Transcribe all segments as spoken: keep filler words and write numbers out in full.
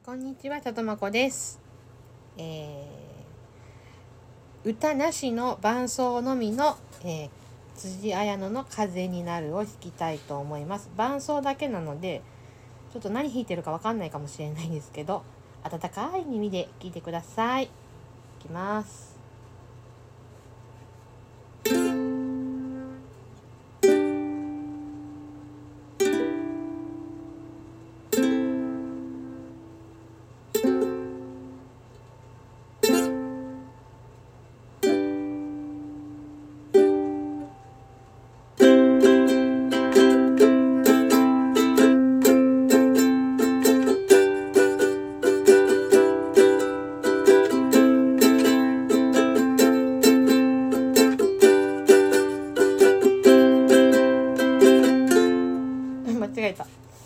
こんにちは、さとまこです。えー、歌なしの伴奏のみの、えー、辻彩乃の風になるを弾きたいと思います。伴奏だけなので、ちょっと何弾いてるかわかんないかもしれないんですけど、温かい耳で聴いてください。いきます。間違えた。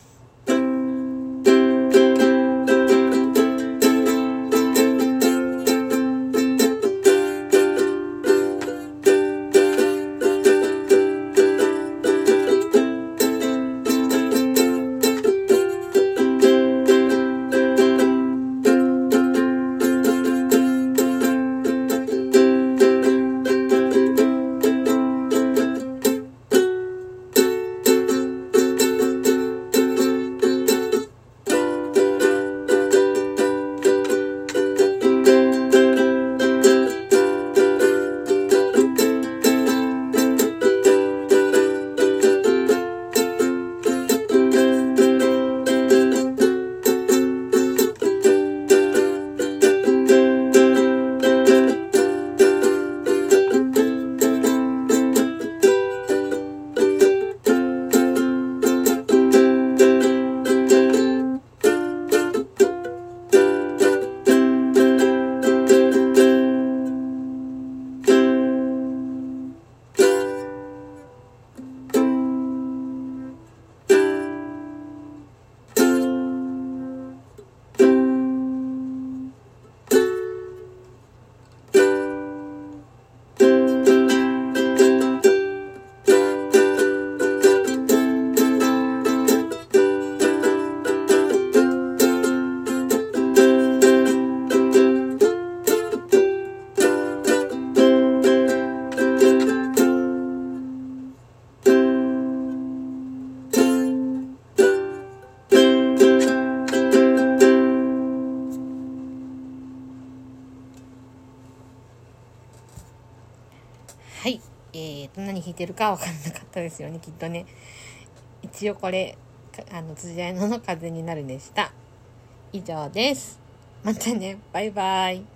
はい、えーと何弾いてるか分からなかったですよね、きっとね。一応これあの辻彩乃の風になるでした。以上です。またね、バイバイ。